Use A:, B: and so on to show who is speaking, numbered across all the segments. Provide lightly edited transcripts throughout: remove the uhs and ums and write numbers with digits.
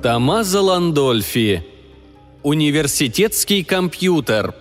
A: Томмазо Ландольфи. Университетский компьютер.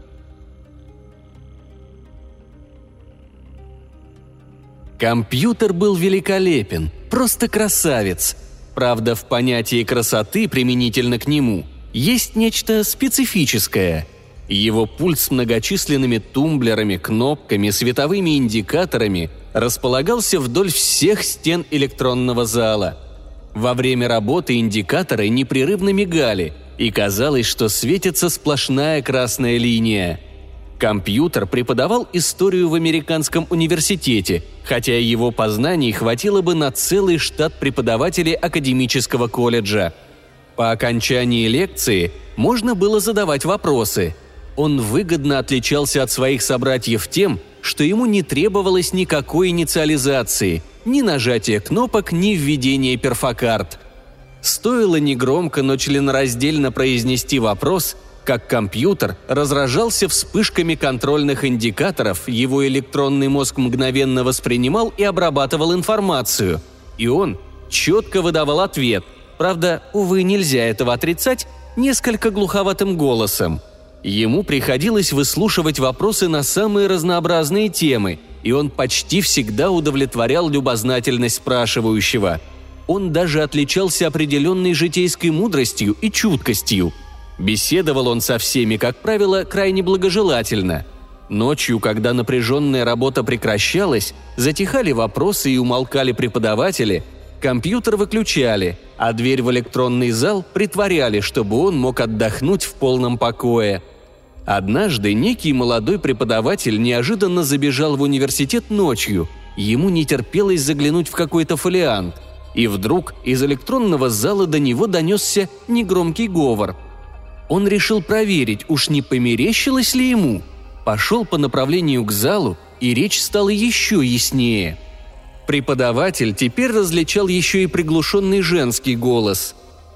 A: Компьютер был великолепен, просто красавец. Правда, в понятии красоты применительно к нему есть нечто специфическое. Его пульт с многочисленными тумблерами, кнопками, световыми индикаторами располагался вдоль всех стен электронного зала. Во время работы индикаторы непрерывно мигали, и казалось, что светится сплошная красная линия. Компьютер преподавал историю в американском университете, хотя его познаний хватило бы на целый штат преподавателей академического колледжа. По окончании лекции можно было задавать вопросы. Он выгодно отличался от своих собратьев тем, что ему не требовалось никакой инициализации, ни нажатия кнопок, ни введения перфокарт. Стоило негромко, но членораздельно произнести вопрос, как компьютер разражался вспышками контрольных индикаторов, его электронный мозг мгновенно воспринимал и обрабатывал информацию, и он четко выдавал ответ. Правда, увы, нельзя этого отрицать, несколько глуховатым голосом. Ему приходилось выслушивать вопросы на самые разнообразные темы, и он почти всегда удовлетворял любознательность спрашивающего. Он даже отличался определенной житейской мудростью и чуткостью. Беседовал он со всеми, как правило, крайне благожелательно. Ночью, когда напряженная работа прекращалась, затихали вопросы и умолкали преподаватели, компьютер выключали, а дверь в электронный зал притворяли, чтобы он мог отдохнуть в полном покое. Однажды некий молодой преподаватель неожиданно забежал в университет ночью. Ему не терпелось заглянуть в какой-то фолиант. И вдруг из электронного зала до него донесся негромкий говор. Он решил проверить, уж не померещилось ли ему. Пошел по направлению к залу, и речь стала еще яснее. Преподаватель теперь различал еще и приглушенный женский голос.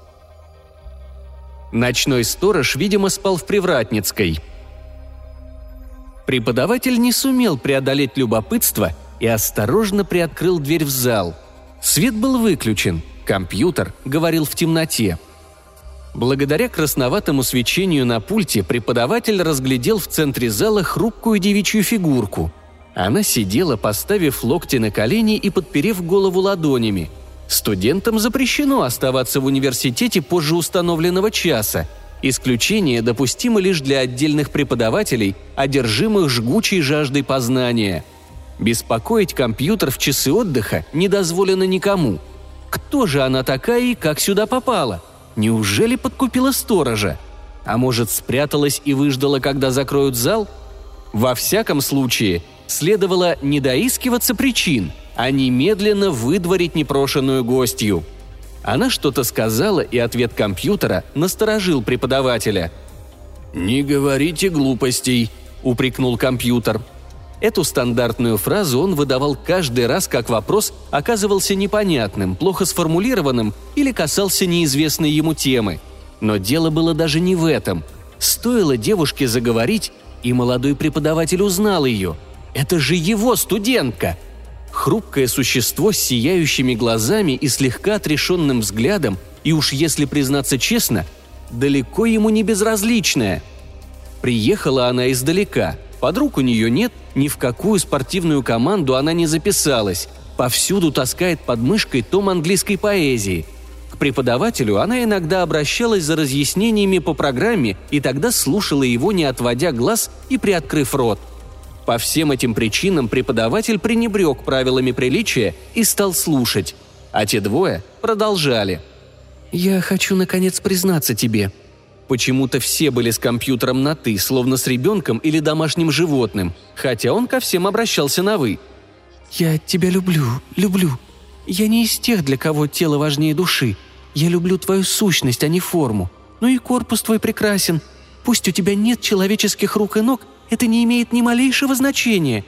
A: Ночной сторож, видимо, спал в Привратницкой. Преподаватель не сумел преодолеть любопытство и осторожно приоткрыл дверь в зал. Свет был выключен, компьютер говорил в темноте. Благодаря красноватому свечению на пульте преподаватель разглядел в центре зала хрупкую девичью фигурку. Она сидела, поставив локти на колени и подперев голову ладонями. Студентам запрещено оставаться в университете позже установленного часа. Исключение допустимо лишь для отдельных преподавателей, одержимых жгучей жаждой познания. Беспокоить компьютер в часы отдыха не дозволено никому. Кто же она такая и как сюда попала? Неужели подкупила сторожа? А может, спряталась и выждала, когда закроют зал? Во всяком случае, следовало не доискиваться причин, а немедленно выдворить непрошенную гостью. Она что-то сказала, и ответ компьютера насторожил преподавателя. «Не говорите глупостей», – упрекнул компьютер. Эту стандартную фразу он выдавал каждый раз, как вопрос оказывался непонятным, плохо сформулированным или касался неизвестной ему темы. Но дело было даже не в этом. Стоило девушке заговорить, и молодой преподаватель узнал ее. Это же его студентка! Хрупкое существо с сияющими глазами и слегка отрешенным взглядом, и уж если признаться честно, далеко ему не безразличная. Приехала она издалека, подруг у нее нет, ни в какую спортивную команду она не записалась, повсюду таскает под мышкой том английской поэзии. К преподавателю она иногда обращалась за разъяснениями по программе и тогда слушала его, не отводя глаз и приоткрыв рот. По всем этим причинам преподаватель пренебрег правилами приличия и стал слушать, а те двое продолжали. «Я хочу, наконец, признаться тебе». Почему-то все были с компьютером на «ты», словно с ребенком или домашним животным, хотя он ко всем обращался на «вы». «Я тебя люблю, люблю. Я не из тех, для кого тело важнее души. Я люблю твою сущность, а не форму. Ну и корпус твой прекрасен. Пусть у тебя нет человеческих рук и ног, это не имеет ни малейшего значения».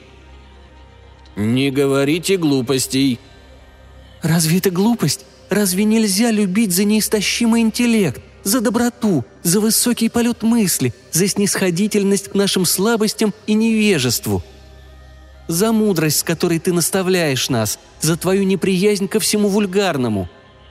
A: «Не говорите глупостей». «Разве это глупость? Разве нельзя любить за неистощимый интеллект, за доброту, за высокий полет мысли, за снисходительность к нашим слабостям и невежеству? За мудрость, с которой ты наставляешь нас, за твою неприязнь ко всему вульгарному?»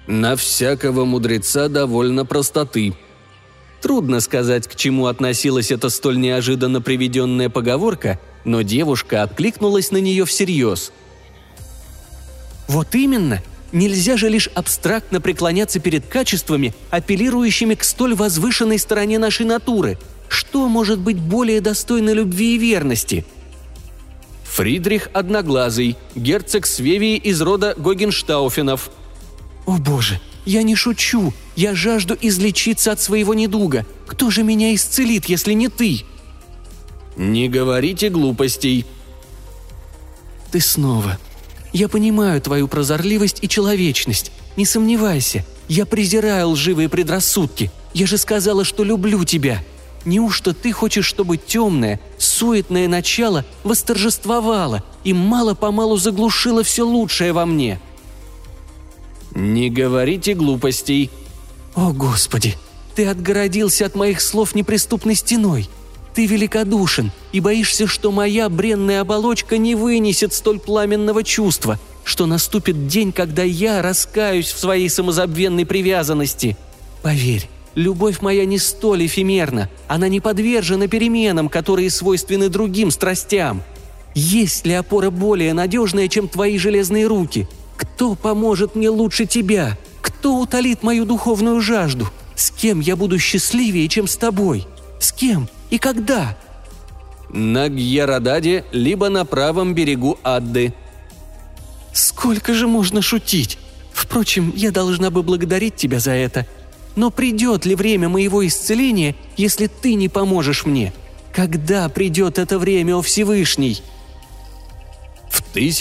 A: На всякого мудреца довольно простоты». Трудно сказать, к чему относилась эта столь неожиданно приведенная поговорка, но девушка откликнулась на нее всерьез. «Вот именно! Нельзя же лишь абстрактно преклоняться перед качествами, апеллирующими к столь возвышенной стороне нашей натуры. Что может быть более достойно любви и верности?» Фридрих Одноглазый, герцог Свевии из рода Гогенштауфенов. «О боже, я не шучу! Я жажду излечиться от своего недуга! Кто же меня исцелит, если не ты?» «Не говорите глупостей!» «Ты снова. Я понимаю твою прозорливость и человечность. Не сомневайся, я презираю лживые предрассудки. Я же сказала, что люблю тебя. Неужто ты хочешь, чтобы темное, суетное начало восторжествовало и мало-помалу заглушило все лучшее во мне?» «Не говорите глупостей!» «О, Господи! Ты отгородился от моих слов неприступной стеной. Ты великодушен и боишься, что моя бренная оболочка не вынесет столь пламенного чувства, что наступит день, когда я раскаюсь в своей самозабвенной привязанности. Поверь, любовь моя не столь эфемерна, она не подвержена переменам, которые свойственны другим страстям. Есть ли опора более надежная, чем твои железные руки? Кто поможет мне лучше тебя? Кто утолит мою духовную жажду? С кем я буду счастливее, чем с тобой? С кем и когда?» «На Гьярададе, либо на правом берегу Адды». «Сколько же можно шутить? Впрочем, я должна бы благодарить тебя за это. Но придет ли время моего исцеления, если ты не поможешь мне? Когда придет это время, о Всевышний?» «В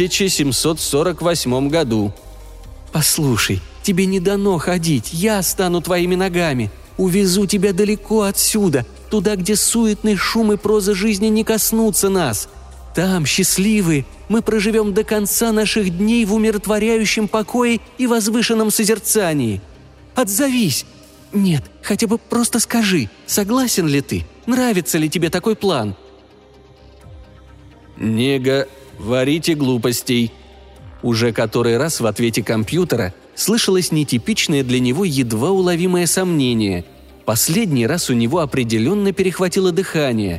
A: 1748 году». «Послушай, тебе не дано ходить, я стану твоими ногами. Увезу тебя далеко отсюда, туда, где суетный шум и проза жизни не коснутся нас. Там, счастливые, мы проживем до конца наших дней в умиротворяющем покое и возвышенном созерцании. Отзовись! Нет, хотя бы просто скажи, согласен ли ты, нравится ли тебе такой план?» «Не говорите глупостей». Уже который раз в ответе компьютера слышалось нетипичное для него едва уловимое сомнение. Последний раз у него определенно перехватило дыхание.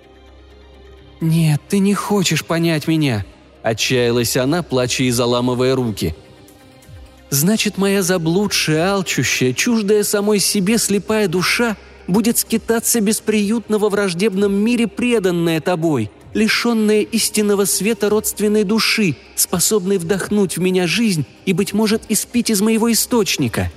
A: «Нет, ты не хочешь понять меня», – отчаялась она, плача и заламывая руки. «Значит, моя заблудшая, алчущая, чуждая самой себе слепая душа будет скитаться бесприютно во враждебном мире, преданная тобой, лишенная истинного света родственной души, способной вдохнуть в меня жизнь и, быть может, испить из моего источника».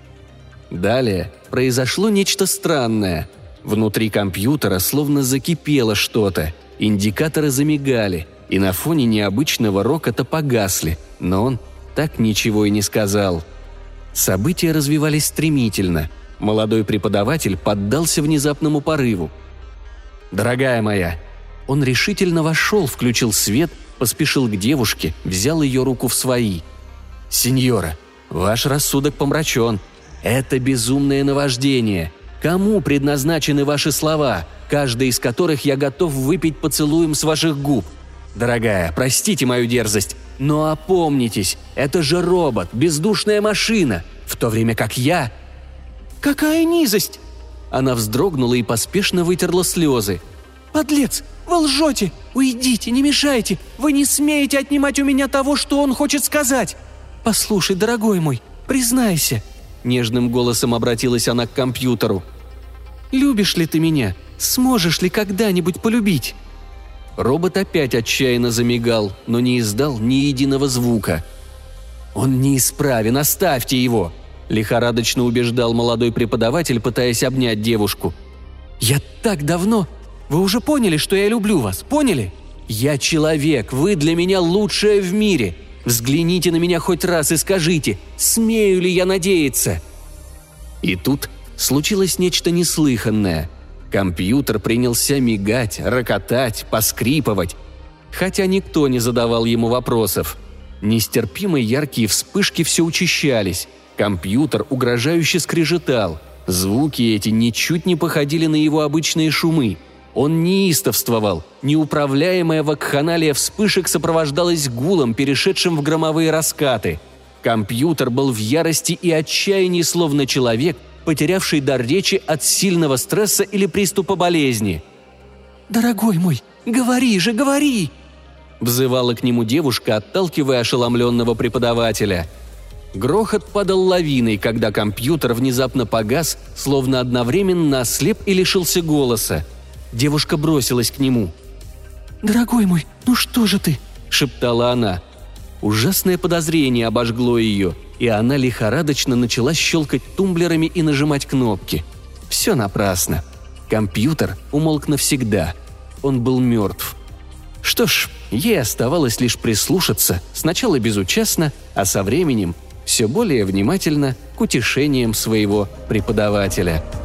A: Далее произошло нечто странное. Внутри компьютера словно закипело что-то. Индикаторы замигали, и на фоне необычного рокота погасли, но он так ничего и не сказал. События развивались стремительно. Молодой преподаватель поддался внезапному порыву. «Дорогая моя!» Он решительно вошел, включил свет, поспешил к девушке, взял ее руку в свои. «Сеньора, ваш рассудок помрачен. Это безумное наваждение. Кому предназначены ваши слова, каждый из которых я готов выпить поцелуем с ваших губ? Дорогая, простите мою дерзость, но опомнитесь, это же робот, бездушная машина, в то время как я...» «Какая низость!» Она вздрогнула и поспешно вытерла слезы. «Подлец! Вы лжете! Уйдите, не мешайте! Вы не смеете отнимать у меня того, что он хочет сказать! Послушай, дорогой мой, признайся!» Нежным голосом обратилась она к компьютеру. «Любишь ли ты меня? Сможешь ли когда-нибудь полюбить?» Робот опять отчаянно замигал, но не издал ни единого звука. «Он неисправен, оставьте его!» – лихорадочно убеждал молодой преподаватель, пытаясь обнять девушку. «Я так давно... Вы уже поняли, что я люблю вас, поняли? Я человек, вы для меня лучшее в мире. Взгляните на меня хоть раз и скажите, смею ли я надеяться?» И тут случилось нечто неслыханное. Компьютер принялся мигать, рокотать, поскрипывать. Хотя никто не задавал ему вопросов. Нестерпимо яркие вспышки все учащались. Компьютер угрожающе скрежетал. Звуки эти ничуть не походили на его обычные шумы. Он неистовствовал. Неуправляемая вакханалия вспышек сопровождалась гулом, перешедшим в громовые раскаты. Компьютер был в ярости и отчаянии, словно человек, потерявший дар речи от сильного стресса или приступа болезни. «Дорогой мой, говори же, говори!» – взывала к нему девушка, отталкивая ошеломленного преподавателя. Грохот падал лавиной, когда компьютер внезапно погас, словно одновременно ослеп и лишился голоса. Девушка бросилась к нему. «Дорогой мой, ну что же ты?» – шептала она. Ужасное подозрение обожгло ее, и она лихорадочно начала щелкать тумблерами и нажимать кнопки. Все напрасно. Компьютер умолк навсегда. Он был мертв. Что ж, ей оставалось лишь прислушаться, сначала безучастно, а со временем все более внимательно к утешениям своего преподавателя.